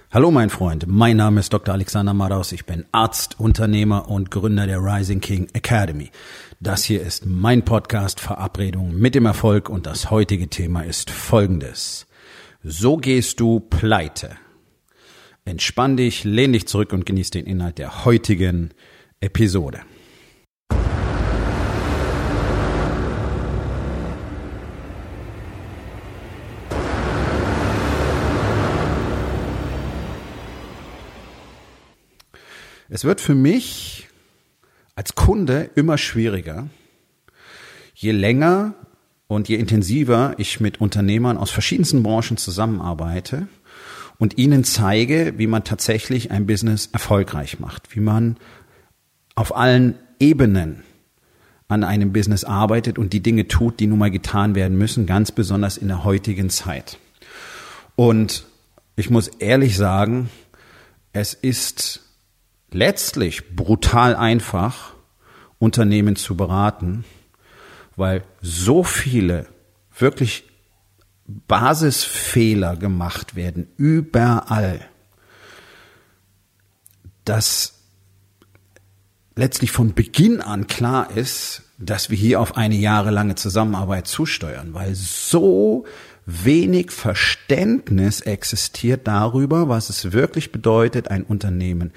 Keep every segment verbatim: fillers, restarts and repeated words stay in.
Hallo mein Freund, mein Name ist Doktor Alexander Madaus, ich bin Arzt, Unternehmer und Gründer der Rising King Academy. Das hier ist mein Podcast Verabredung mit dem Erfolg und das heutige Thema ist folgendes. So gehst du pleite. Entspann dich, lehn dich zurück und genieß den Inhalt der heutigen Episode. Es wird für mich als Kunde immer schwieriger, je länger und je intensiver ich mit Unternehmern aus verschiedensten Branchen zusammenarbeite und ihnen zeige, wie man tatsächlich ein Business erfolgreich macht, wie man auf allen Ebenen an einem Business arbeitet und die Dinge tut, die nun mal getan werden müssen, ganz besonders in der heutigen Zeit. Und ich muss ehrlich sagen, es ist letztlich brutal einfach, Unternehmen zu beraten, weil so viele wirklich Basisfehler gemacht werden, überall, dass letztlich von Beginn an klar ist, dass wir hier auf eine jahrelange Zusammenarbeit zusteuern, weil so wenig Verständnis existiert darüber, was es wirklich bedeutet, ein Unternehmen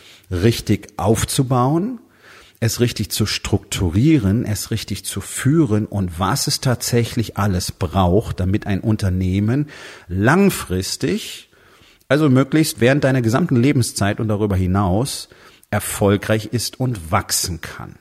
richtig aufzubauen, es richtig zu strukturieren, es richtig zu führen und was es tatsächlich alles braucht, damit ein Unternehmen langfristig, also möglichst während deiner gesamten Lebenszeit und darüber hinaus, erfolgreich ist und wachsen kann.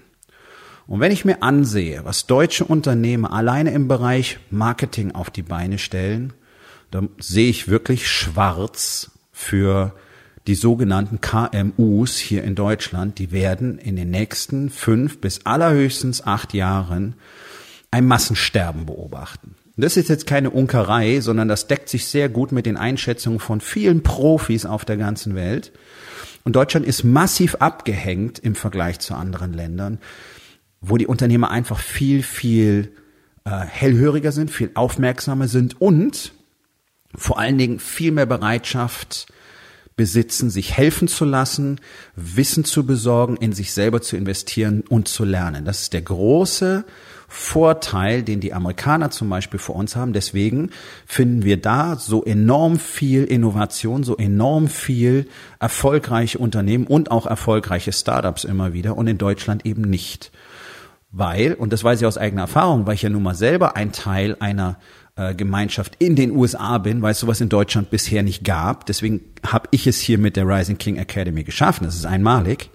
Und wenn ich mir ansehe, was deutsche Unternehmen alleine im Bereich Marketing auf die Beine stellen, dann sehe ich wirklich schwarz für die sogenannten K M Us hier in Deutschland. Die werden in den nächsten fünf bis allerhöchstens acht Jahren ein Massensterben beobachten. Und das ist jetzt keine Unkerei, sondern das deckt sich sehr gut mit den Einschätzungen von vielen Profis auf der ganzen Welt. Und Deutschland ist massiv abgehängt im Vergleich zu anderen Ländern, wo die Unternehmer einfach viel, viel äh, hellhöriger sind, viel aufmerksamer sind und vor allen Dingen viel mehr Bereitschaft besitzen, sich helfen zu lassen, Wissen zu besorgen, in sich selber zu investieren und zu lernen. Das ist der große Vorteil, den die Amerikaner zum Beispiel vor uns haben. Deswegen finden wir da so enorm viel Innovation, so enorm viel erfolgreiche Unternehmen und auch erfolgreiche Startups immer wieder und in Deutschland eben nicht. Weil, und das weiß ich aus eigener Erfahrung, weil ich ja nun mal selber ein Teil einer äh, Gemeinschaft in den U S A bin, weil es sowas in Deutschland bisher nicht gab. Deswegen habe ich es hier mit der Rising King Academy geschaffen. Das ist einmalig.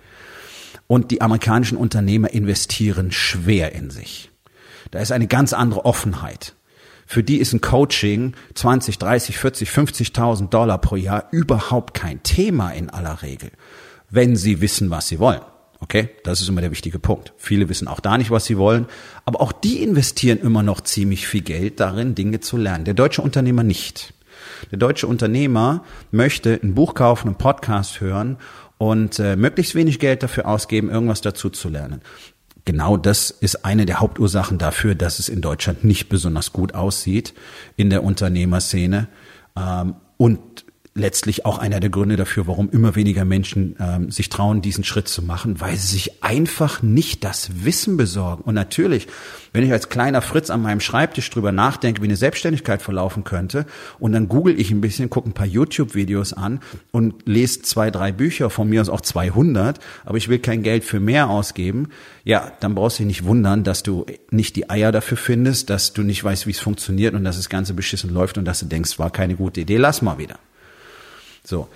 Und die amerikanischen Unternehmer investieren schwer in sich. Da ist eine ganz andere Offenheit. Für die ist ein Coaching zwanzig, dreißig, vierzig, fünfzigtausend Dollar pro Jahr überhaupt kein Thema in aller Regel, wenn sie wissen, was sie wollen. Okay, das ist immer der wichtige Punkt. Viele wissen auch da nicht, was sie wollen, aber auch die investieren immer noch ziemlich viel Geld darin, Dinge zu lernen. Der deutsche Unternehmer nicht. Der deutsche Unternehmer möchte ein Buch kaufen, einen Podcast hören und äh, möglichst wenig Geld dafür ausgeben, irgendwas dazu zu lernen. Genau das ist eine der Hauptursachen dafür, dass es in Deutschland nicht besonders gut aussieht in der Unternehmerszene ähm, und letztlich auch einer der Gründe dafür, warum immer weniger Menschen ähm, sich trauen, diesen Schritt zu machen, weil sie sich einfach nicht das Wissen besorgen. Und natürlich, wenn ich als kleiner Fritz an meinem Schreibtisch drüber nachdenke, wie eine Selbstständigkeit verlaufen könnte, und dann google ich ein bisschen, gucke ein paar YouTube-Videos an und lese zwei, drei Bücher, von mir aus auch zweihundert, aber ich will kein Geld für mehr ausgeben, ja, dann brauchst du dich nicht wundern, dass du nicht die Eier dafür findest, dass du nicht weißt, wie es funktioniert und dass das Ganze beschissen läuft und dass du denkst, war keine gute Idee, lass mal wieder. So,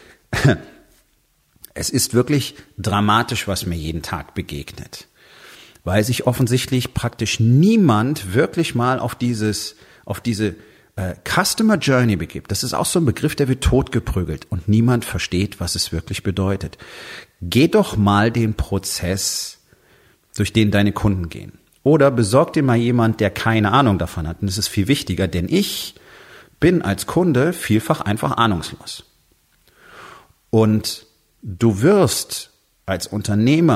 es ist wirklich dramatisch, was mir jeden Tag begegnet, weil sich offensichtlich praktisch niemand wirklich mal auf dieses, auf diese äh, Customer Journey begibt. Das ist auch so ein Begriff, der wird totgeprügelt und niemand versteht, was es wirklich bedeutet. Geh doch mal den Prozess, durch den deine Kunden gehen. Oder besorg dir mal jemand, der keine Ahnung davon hat. Und das ist viel wichtiger, denn ich bin als Kunde vielfach einfach ahnungslos. Und du wirst als Unternehmer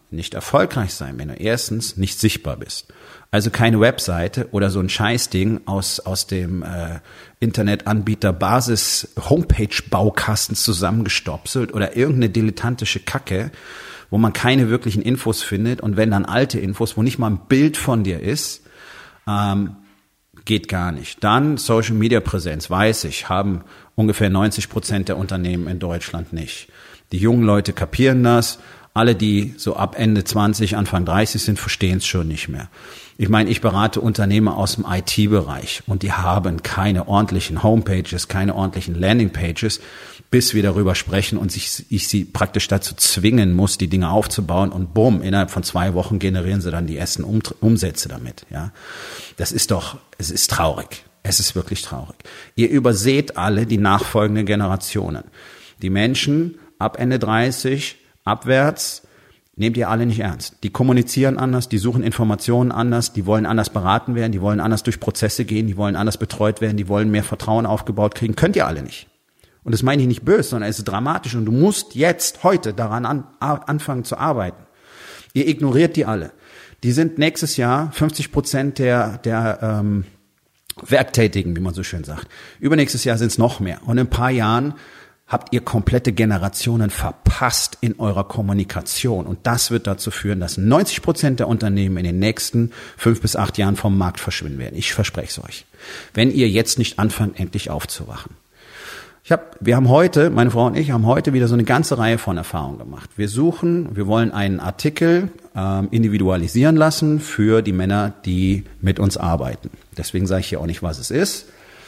nicht erfolgreich sein, wenn du erstens nicht sichtbar bist. Also keine Webseite oder so ein Scheißding aus aus dem äh, Internetanbieter Basis Homepage Baukasten zusammengestopselt oder irgendeine dilettantische Kacke, wo man keine wirklichen Infos findet und wenn dann alte Infos, wo nicht mal ein Bild von dir ist, ähm, geht gar nicht. Dann Social Media Präsenz, weiß ich, haben ungefähr neunzig Prozent der Unternehmen in Deutschland nicht. Die jungen Leute kapieren das. Alle, die so ab Ende zwanzig, Anfang dreißig sind, verstehen es schon nicht mehr. Ich meine, ich berate Unternehmer aus dem I T-Bereich und die haben keine ordentlichen Homepages, keine ordentlichen Landingpages, bis wir darüber sprechen und ich, ich sie praktisch dazu zwingen muss, die Dinge aufzubauen und bumm, innerhalb von zwei Wochen generieren sie dann die ersten um, Umsätze damit. Ja, das ist doch, es ist traurig. Es ist wirklich traurig. Ihr überseht alle die nachfolgenden Generationen. Die Menschen ab Ende dreißig abwärts nehmt ihr alle nicht ernst. Die kommunizieren anders, die suchen Informationen anders, die wollen anders beraten werden, die wollen anders durch Prozesse gehen, die wollen anders betreut werden, die wollen mehr Vertrauen aufgebaut kriegen. Könnt ihr alle nicht. Und das meine ich nicht böse, sondern es ist dramatisch und du musst jetzt, heute daran an, anfangen zu arbeiten. Ihr ignoriert die alle. Die sind nächstes Jahr fünfzig Prozent der, der ähm, Werktätigen, wie man so schön sagt. Übernächstes Jahr sind es noch mehr. Und in ein paar Jahren habt ihr komplette Generationen verpasst in eurer Kommunikation. Und das wird dazu führen, dass neunzig Prozent der Unternehmen in den nächsten fünf bis acht Jahren vom Markt verschwinden werden. Ich verspreche es euch. Wenn ihr jetzt nicht anfangt, endlich aufzuwachen. Ich hab, wir haben heute, meine Frau und ich, haben heute wieder so eine ganze Reihe von Erfahrungen gemacht. Wir suchen, wir wollen einen Artikel ähm, individualisieren lassen für die Männer, die mit uns arbeiten. Deswegen sage ich hier auch nicht, was es ist.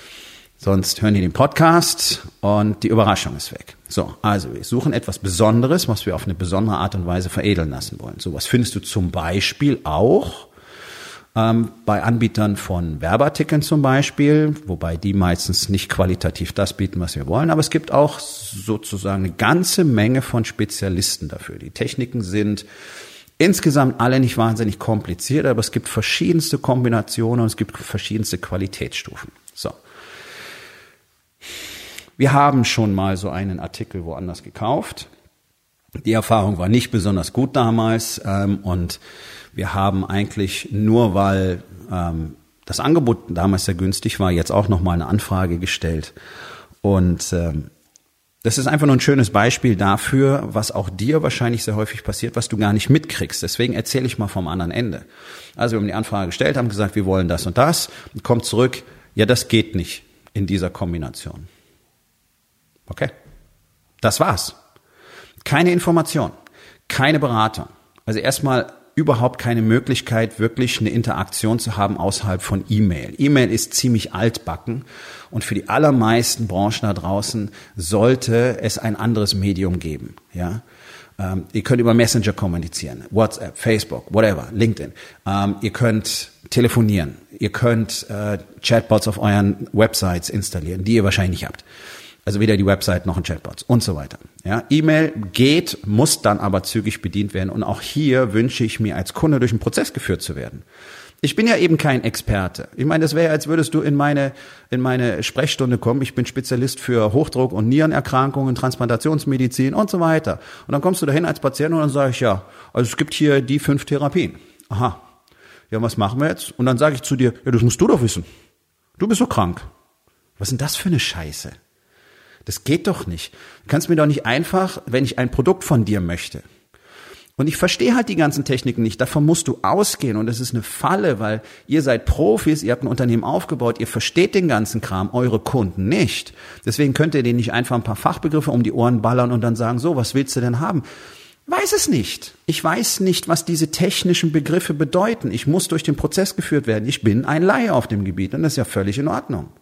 Sonst hören die den Podcast und die Überraschung ist weg. So, also wir suchen etwas Besonderes, was wir auf eine besondere Art und Weise veredeln lassen wollen. So was findest du zum Beispiel auch ähm, bei Anbietern von Werbeartikeln zum Beispiel, wobei die meistens nicht qualitativ das bieten, was wir wollen. Aber es gibt auch sozusagen eine ganze Menge von Spezialisten dafür. Die Techniken sind insgesamt alle nicht wahnsinnig kompliziert, aber es gibt verschiedenste Kombinationen und es gibt verschiedenste Qualitätsstufen. So. Wir haben schon mal so einen Artikel woanders gekauft. Die Erfahrung war nicht besonders gut damals ähm, und wir haben eigentlich nur, weil ähm, das Angebot damals sehr günstig war, jetzt auch nochmal eine Anfrage gestellt. Und ähm, das ist einfach nur ein schönes Beispiel dafür, was auch dir wahrscheinlich sehr häufig passiert, was du gar nicht mitkriegst. Deswegen erzähle ich mal vom anderen Ende. Also wir haben die Anfrage gestellt, haben gesagt, wir wollen das und das. Und kommt zurück, ja, das geht nicht in dieser Kombination. Okay, das war's. Keine Information, keine Beratung. Also erstmal überhaupt keine Möglichkeit, wirklich eine Interaktion zu haben außerhalb von E-Mail. E-Mail ist ziemlich altbacken und für die allermeisten Branchen da draußen sollte es ein anderes Medium geben. Ja, ähm, ihr könnt über Messenger kommunizieren, WhatsApp, Facebook, whatever, LinkedIn. Ähm, ihr könnt telefonieren, ihr könnt äh, Chatbots auf euren Websites installieren, die ihr wahrscheinlich nicht habt. Also weder die Website noch ein Chatbot und so weiter. Ja, E-Mail geht, muss dann aber zügig bedient werden. Und auch hier wünsche ich mir als Kunde durch einen Prozess geführt zu werden. Ich bin ja eben kein Experte. Ich meine, das wäre, als würdest du in meine, in meine Sprechstunde kommen. Ich bin Spezialist für Hochdruck- und Nierenerkrankungen, Transplantationsmedizin und so weiter. Und dann kommst du dahin als Patient und dann sage ich, ja, also es gibt hier die fünf Therapien. Aha. Ja, was machen wir jetzt? Und dann sage ich zu dir, ja, das musst du doch wissen. Du bist so krank. Was ist denn das für eine Scheiße? Das geht doch nicht. Du kannst mir doch nicht einfach, wenn ich ein Produkt von dir möchte. Und ich verstehe halt die ganzen Techniken nicht. Davon musst du ausgehen. Und das ist eine Falle, weil ihr seid Profis, ihr habt ein Unternehmen aufgebaut, ihr versteht den ganzen Kram, eure Kunden nicht. Deswegen könnt ihr denen nicht einfach ein paar Fachbegriffe um die Ohren ballern und dann sagen, so, was willst du denn haben? Weiß es nicht. Ich weiß nicht, was diese technischen Begriffe bedeuten. Ich muss durch den Prozess geführt werden. Ich bin ein Laie auf dem Gebiet und das ist ja völlig in Ordnung.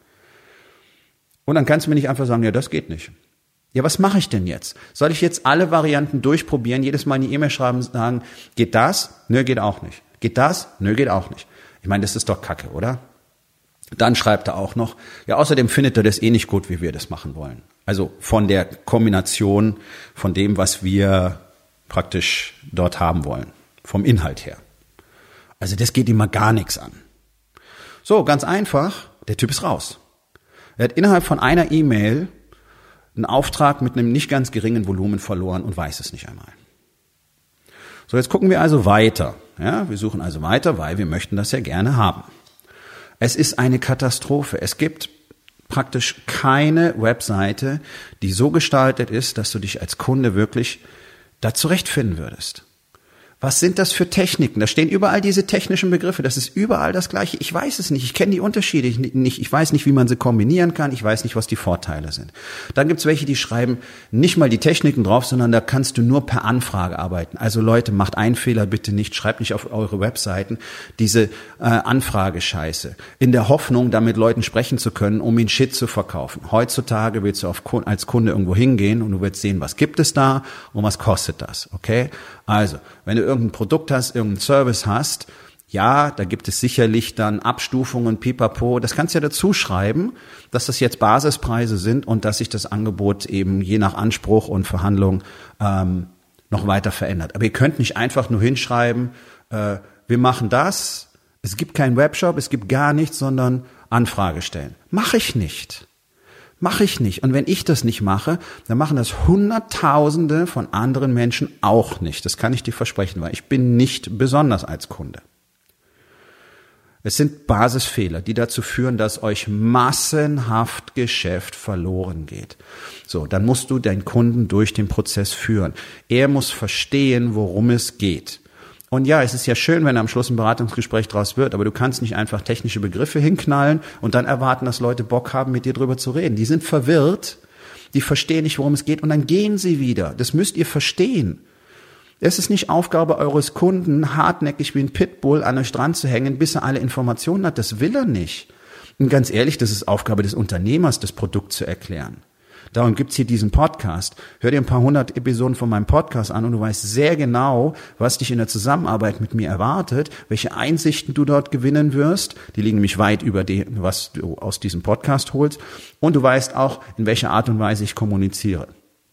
Und dann kannst du mir nicht einfach sagen, ja, das geht nicht. Ja, was mache ich denn jetzt? Soll ich jetzt alle Varianten durchprobieren, jedes Mal eine E-Mail schreiben und sagen, geht das? Nö, geht auch nicht. Geht das? Nö, geht auch nicht. Ich meine, das ist doch Kacke, oder? Dann schreibt er auch noch, ja, außerdem findet er das eh nicht gut, wie wir das machen wollen. Also von der Kombination von dem, was wir praktisch dort haben wollen. Vom Inhalt her. Also das geht ihm mal gar nichts an. So, ganz einfach, der Typ ist raus. Er hat innerhalb von einer E-Mail einen Auftrag mit einem nicht ganz geringen Volumen verloren und weiß es nicht einmal. So, jetzt gucken wir also weiter. Ja, wir suchen also weiter, weil wir möchten das ja gerne haben. Es ist eine Katastrophe. Es gibt praktisch keine Webseite, die so gestaltet ist, dass du dich als Kunde wirklich da zurechtfinden würdest. Was sind das für Techniken? Da stehen überall diese technischen Begriffe. Das ist überall das Gleiche. Ich weiß es nicht. Ich kenne die Unterschiede nicht. Ich weiß nicht, wie man sie kombinieren kann. Ich weiß nicht, was die Vorteile sind. Dann gibt's welche, die schreiben nicht mal die Techniken drauf, sondern da kannst du nur per Anfrage arbeiten. Also Leute, macht einen Fehler bitte nicht. Schreibt nicht auf eure Webseiten diese äh, Anfragescheiße. In der Hoffnung, damit Leuten sprechen zu können, um ihnen Shit zu verkaufen. Heutzutage willst du auf, als Kunde irgendwo hingehen und du willst sehen, was gibt es da und was kostet das. Okay? Also, wenn du irgendein Produkt hast, irgendeinen Service hast, ja, da gibt es sicherlich dann Abstufungen, pipapo. Das kannst du ja dazu schreiben, dass das jetzt Basispreise sind und dass sich das Angebot eben je nach Anspruch und Verhandlung ähm, noch weiter verändert. Aber ihr könnt nicht einfach nur hinschreiben, äh, wir machen das, es gibt keinen Webshop, es gibt gar nichts, sondern Anfrage stellen. Mache ich nicht. Mache ich nicht. Und wenn ich das nicht mache, dann machen das Hunderttausende von anderen Menschen auch nicht. Das kann ich dir versprechen, weil ich bin nicht besonders als Kunde. Es sind Basisfehler, die dazu führen, dass euch massenhaft Geschäft verloren geht. So, dann musst du deinen Kunden durch den Prozess führen. Er muss verstehen, worum es geht. Und ja, es ist ja schön, wenn am Schluss ein Beratungsgespräch draus wird, aber du kannst nicht einfach technische Begriffe hinknallen und dann erwarten, dass Leute Bock haben, mit dir drüber zu reden. Die sind verwirrt, die verstehen nicht, worum es geht und dann gehen sie wieder. Das müsst ihr verstehen. Es ist nicht Aufgabe eures Kunden, hartnäckig wie ein Pitbull an euch dran zu hängen, bis er alle Informationen hat. Das will er nicht. Und ganz ehrlich, das ist Aufgabe des Unternehmers, das Produkt zu erklären. Darum gibt's hier diesen Podcast. Hör dir ein paar hundert Episoden von meinem Podcast an und du weißt sehr genau, was dich in der Zusammenarbeit mit mir erwartet, welche Einsichten du dort gewinnen wirst. Die liegen nämlich weit über dem, was du aus diesem Podcast holst. Und du weißt auch, in welcher Art und Weise ich kommuniziere.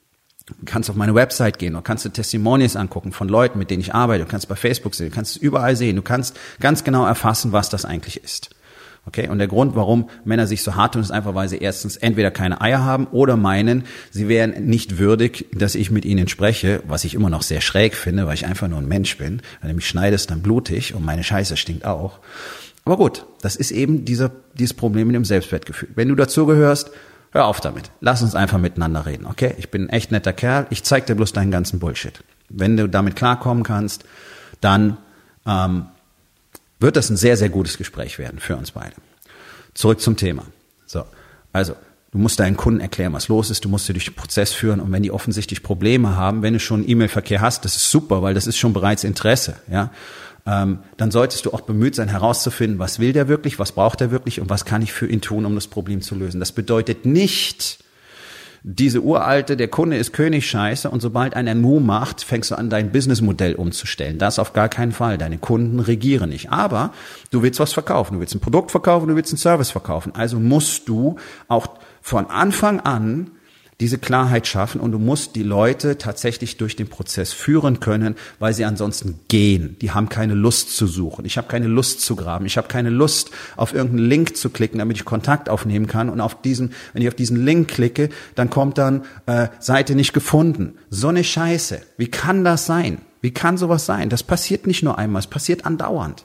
Du kannst auf meine Website gehen, du kannst dir Testimonials angucken von Leuten, mit denen ich arbeite. Du kannst bei Facebook sehen, du kannst es überall sehen. Du kannst ganz genau erfassen, was das eigentlich ist. Okay, und der Grund, warum Männer sich so hart tun, ist einfach, weil sie erstens entweder keine Eier haben oder meinen, sie wären nicht würdig, dass ich mit ihnen spreche, was ich immer noch sehr schräg finde, weil ich einfach nur ein Mensch bin. Wenn du mich schneidest, dann blutig und meine Scheiße stinkt auch. Aber gut, das ist eben dieser, dieses Problem mit dem Selbstwertgefühl. Wenn du dazugehörst, hör auf damit. Lass uns einfach miteinander reden, okay? Ich bin ein echt netter Kerl, ich zeig dir bloß deinen ganzen Bullshit. Wenn du damit klarkommen kannst, dann ähm, wird das ein sehr, sehr gutes Gespräch werden für uns beide. Zurück zum Thema. So, also du musst deinen Kunden erklären, was los ist, du musst sie durch den Prozess führen und wenn die offensichtlich Probleme haben, wenn du schon E-Mail-Verkehr hast, das ist super, weil das ist schon bereits Interesse, ja, ähm, dann solltest du auch bemüht sein, herauszufinden, was will der wirklich, was braucht er wirklich und was kann ich für ihn tun, um das Problem zu lösen. Das bedeutet nicht, diese uralte, der Kunde ist König Scheiße und sobald einer Mu macht, fängst du an, dein Businessmodell umzustellen. Das auf gar keinen Fall. Deine Kunden regieren nicht. Aber du willst was verkaufen. Du willst ein Produkt verkaufen, du willst einen Service verkaufen. Also musst du auch von Anfang an diese Klarheit schaffen und du musst die Leute tatsächlich durch den Prozess führen können, weil sie ansonsten gehen. Die haben keine Lust zu suchen. Ich habe keine Lust zu graben. Ich habe keine Lust, auf irgendeinen Link zu klicken, damit ich Kontakt aufnehmen kann. Und auf diesen, wenn ich auf diesen Link klicke, dann kommt dann äh, Seite nicht gefunden. So eine Scheiße. Wie kann das sein? Wie kann sowas sein? Das passiert nicht nur einmal, es passiert andauernd.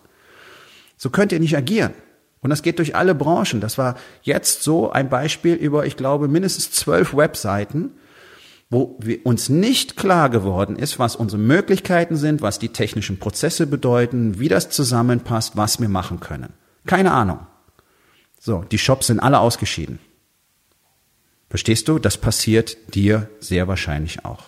So könnt ihr nicht agieren. Und das geht durch alle Branchen. Das war jetzt so ein Beispiel über, ich glaube, mindestens zwölf Webseiten, wo wir uns nicht klar geworden ist, was unsere Möglichkeiten sind, was die technischen Prozesse bedeuten, wie das zusammenpasst, was wir machen können. Keine Ahnung. So, die Shops sind alle ausgeschieden. Verstehst du? Das passiert dir sehr wahrscheinlich auch.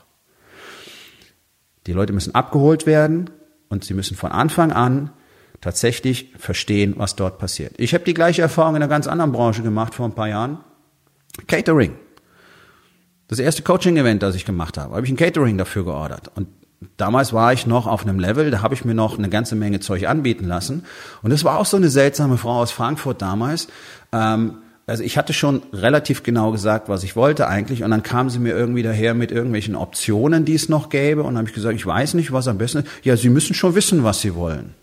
Die Leute müssen abgeholt werden und sie müssen von Anfang an tatsächlich verstehen, was dort passiert. Ich habe die gleiche Erfahrung in einer ganz anderen Branche gemacht vor ein paar Jahren. Catering. Das erste Coaching-Event, das ich gemacht habe, habe ich ein Catering dafür geordert. Und damals war ich noch auf einem Level, da habe ich mir noch eine ganze Menge Zeug anbieten lassen. Und das war auch so eine seltsame Frau aus Frankfurt damals. Ähm, also ich hatte schon relativ genau gesagt, was ich wollte eigentlich. Und dann kam sie mir irgendwie daher mit irgendwelchen Optionen, die es noch gäbe. Und dann habe ich gesagt, ich weiß nicht, was am besten ist. Ja, Sie müssen schon wissen, was Sie wollen.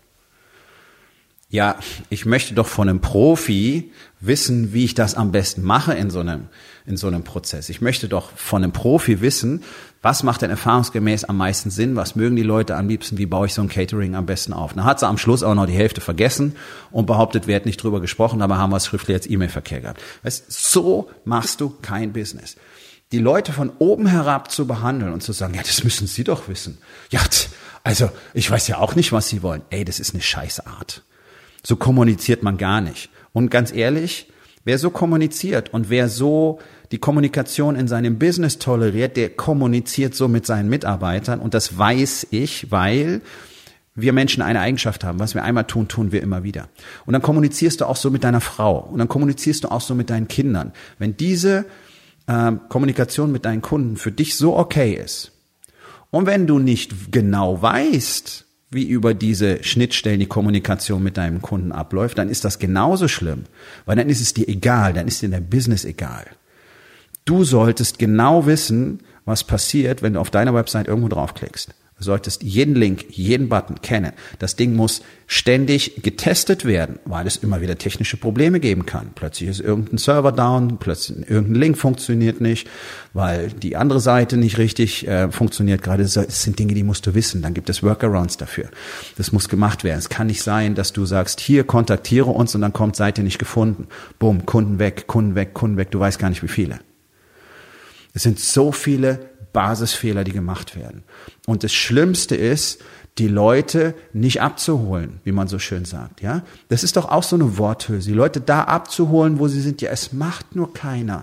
Ja, ich möchte doch von einem Profi wissen, wie ich das am besten mache in so einem, in so einem Prozess. Ich möchte doch von einem Profi wissen, Was macht denn erfahrungsgemäß am meisten Sinn? Was mögen die Leute am liebsten? Wie baue ich so ein Catering am besten auf? Dann hat sie am Schluss auch noch die Hälfte vergessen und behauptet, wir hätten nicht drüber gesprochen, aber haben wir es schriftlich als E-Mail-Verkehr gehabt. Weißt, so machst du kein Business. Die Leute von oben herab zu behandeln und zu sagen, ja, das müssen Sie doch wissen. Ja, also ich weiß ja auch nicht, was Sie wollen. Ey, das ist eine Scheißart. So kommuniziert man gar nicht. Und ganz ehrlich, wer so kommuniziert und wer so die Kommunikation in seinem Business toleriert, der kommuniziert so mit seinen Mitarbeitern. Und das weiß ich, weil wir Menschen eine Eigenschaft haben. Was wir einmal tun, tun wir immer wieder. Und dann kommunizierst du auch so mit deiner Frau. Und dann kommunizierst du auch so mit deinen Kindern. Wenn diese äh, Kommunikation mit deinen Kunden für dich so okay ist und wenn du nicht genau weißt, wie über diese Schnittstellen die Kommunikation mit deinem Kunden abläuft, dann ist das genauso schlimm. Weil dann ist es dir egal, dann ist dir dein Business egal. Du solltest genau wissen, was passiert, wenn du auf deiner Website irgendwo draufklickst. Du solltest jeden Link, jeden Button kennen. Das Ding muss ständig getestet werden, weil es immer wieder technische Probleme geben kann. Plötzlich ist irgendein Server down, plötzlich irgendein Link funktioniert nicht, weil die andere Seite nicht richtig äh, funktioniert. Gerade das sind Dinge, die musst du wissen. Dann gibt es Workarounds dafür. Das muss gemacht werden. Es kann nicht sein, dass du sagst, hier kontaktiere uns und dann kommt Seite nicht gefunden. Bumm, Kunden weg, Kunden weg, Kunden weg. Du weißt gar nicht, wie viele. Es sind so viele Basisfehler, die gemacht werden. Und das Schlimmste ist, die Leute nicht abzuholen, wie man so schön sagt, ja? Das ist doch auch so eine Worthülse. Die Leute da abzuholen, wo sie sind. Ja, es macht nur keiner.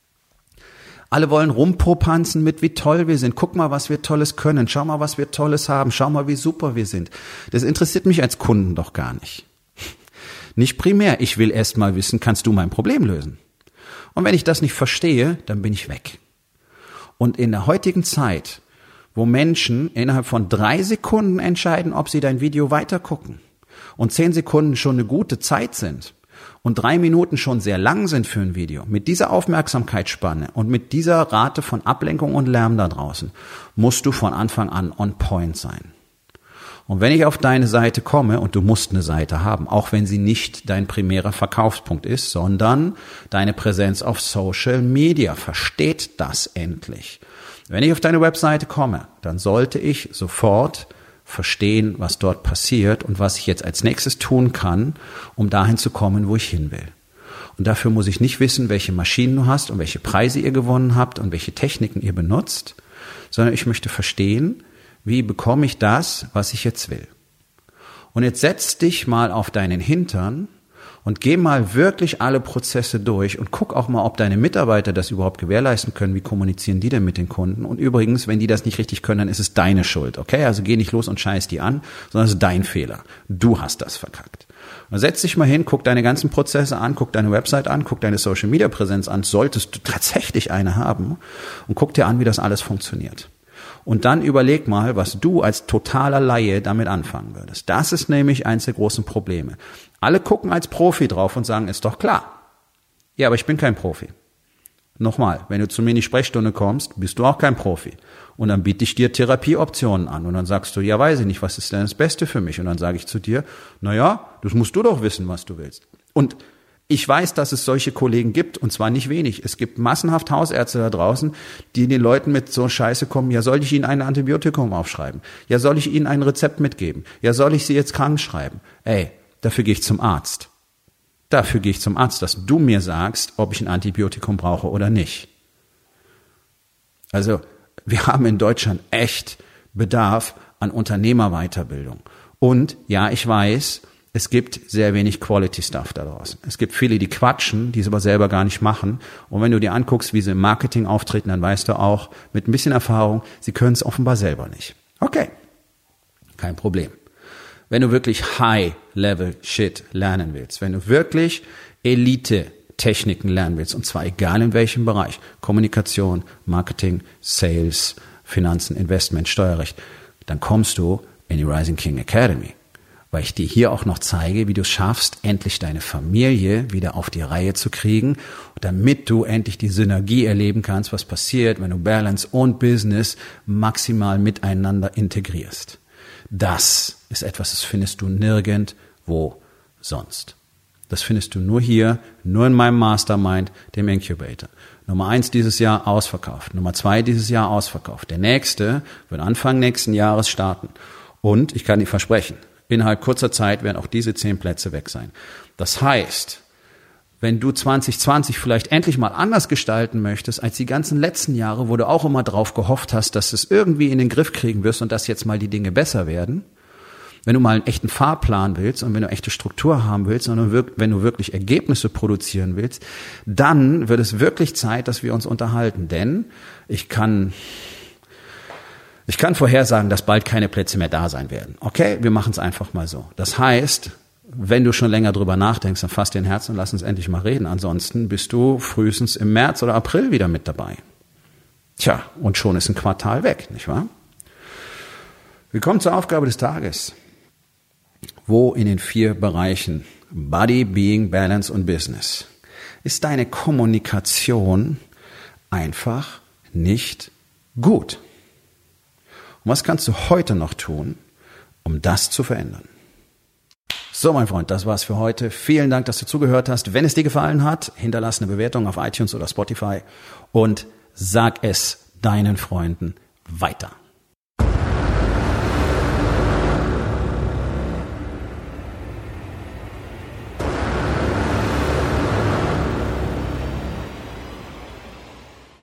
Alle wollen rumpropanzen mit, wie toll wir sind. Guck mal, was wir Tolles können. Schau mal, was wir Tolles haben. Schau mal, wie super wir sind. Das interessiert mich als Kunden doch gar nicht. Nicht primär. Ich will erst mal wissen, kannst du mein Problem lösen? Und wenn ich das nicht verstehe, dann bin ich weg. Und in der heutigen Zeit, wo Menschen innerhalb von drei Sekunden entscheiden, ob sie dein Video weitergucken und zehn Sekunden schon eine gute Zeit sind und drei Minuten schon sehr lang sind für ein Video, mit dieser Aufmerksamkeitsspanne und mit dieser Rate von Ablenkung und Lärm da draußen, musst du von Anfang an on point sein. Und wenn ich auf deine Seite komme, und du musst eine Seite haben, auch wenn sie nicht dein primärer Verkaufspunkt ist, sondern deine Präsenz auf Social Media, versteht das endlich. Wenn ich auf deine Webseite komme, dann sollte ich sofort verstehen, was dort passiert und was ich jetzt als nächstes tun kann, um dahin zu kommen, wo ich hin will. Und dafür muss ich nicht wissen, welche Maschinen du hast und welche Preise ihr gewonnen habt und welche Techniken ihr benutzt, sondern ich möchte verstehen, wie bekomme ich das, was ich jetzt will? Und jetzt setz dich mal auf deinen Hintern und geh mal wirklich alle Prozesse durch und guck auch mal, ob deine Mitarbeiter das überhaupt gewährleisten können. Wie kommunizieren die denn mit den Kunden? Und übrigens, wenn die das nicht richtig können, dann ist es deine Schuld, okay? Also geh nicht los und scheiß die an, sondern es ist dein Fehler. Du hast das verkackt. Und setz dich mal hin, guck deine ganzen Prozesse an, guck deine Website an, guck deine Social-Media-Präsenz an, solltest du tatsächlich eine haben, und guck dir an, wie das alles funktioniert. Und dann überleg mal, was du als totaler Laie damit anfangen würdest. Das ist nämlich eins der großen Probleme. Alle gucken als Profi drauf und sagen, ist doch klar. Ja, aber ich bin kein Profi. Nochmal, wenn du zu mir in die Sprechstunde kommst, bist du auch kein Profi. Und dann biete ich dir Therapieoptionen an. Und dann sagst du, ja, weiß ich nicht, was ist denn das Beste für mich? Und dann sage ich zu dir, na ja, das musst du doch wissen, was du willst. Und ich weiß, dass es solche Kollegen gibt, und zwar nicht wenig. Es gibt massenhaft Hausärzte da draußen, die den Leuten mit so Scheiße kommen, ja, soll ich ihnen ein Antibiotikum aufschreiben? Ja, soll ich ihnen ein Rezept mitgeben? Ja, soll ich sie jetzt krank schreiben? Ey, dafür gehe ich zum Arzt. Dafür gehe ich zum Arzt, dass du mir sagst, ob ich ein Antibiotikum brauche oder nicht. Also, wir haben in Deutschland echt Bedarf an Unternehmerweiterbildung. Und ja, ich weiß, es gibt sehr wenig Quality Stuff da draußen. Es gibt viele, die quatschen, die es aber selber gar nicht machen. Und wenn du dir anguckst, wie sie im Marketing auftreten, dann weißt du auch, mit ein bisschen Erfahrung, sie können es offenbar selber nicht. Okay, kein Problem. Wenn du wirklich High-Level-Shit lernen willst, wenn du wirklich Elite-Techniken lernen willst, und zwar egal in welchem Bereich, Kommunikation, Marketing, Sales, Finanzen, Investment, Steuerrecht, dann kommst du in die Rising King Academy. Weil ich dir hier auch noch zeige, wie du es schaffst, endlich deine Familie wieder auf die Reihe zu kriegen, damit du endlich die Synergie erleben kannst, was passiert, wenn du Balance und Business maximal miteinander integrierst. Das ist etwas, das findest du nirgendwo sonst. Das findest du nur hier, nur in meinem Mastermind, dem Incubator. Nummer eins dieses Jahr ausverkauft. Nummer zwei dieses Jahr ausverkauft. Der nächste wird Anfang nächsten Jahres starten. Und ich kann dir versprechen, innerhalb kurzer Zeit werden auch diese zehn Plätze weg sein. Das heißt, wenn du zwanzig zwanzig vielleicht endlich mal anders gestalten möchtest als die ganzen letzten Jahre, wo du auch immer drauf gehofft hast, dass du es irgendwie in den Griff kriegen wirst und dass jetzt mal die Dinge besser werden, wenn du mal einen echten Fahrplan willst und wenn du echte Struktur haben willst und wenn du wirklich Ergebnisse produzieren willst, dann wird es wirklich Zeit, dass wir uns unterhalten. Denn ich kann, ich kann vorhersagen, dass bald keine Plätze mehr da sein werden. Okay, wir machen es einfach mal so. Das heißt, wenn du schon länger drüber nachdenkst, dann fass dir ein Herz und lass uns endlich mal reden. Ansonsten bist du frühestens im März oder April wieder mit dabei. Tja, und schon ist ein Quartal weg, nicht wahr? Wir kommen zur Aufgabe des Tages. Wo in den vier Bereichen Body, Being, Balance und Business ist deine Kommunikation einfach nicht gut? Und was kannst du heute noch tun, um das zu verändern? So, mein Freund, das war's für heute. Vielen Dank, dass du zugehört hast. Wenn es dir gefallen hat, hinterlass eine Bewertung auf iTunes oder Spotify und sag es deinen Freunden weiter.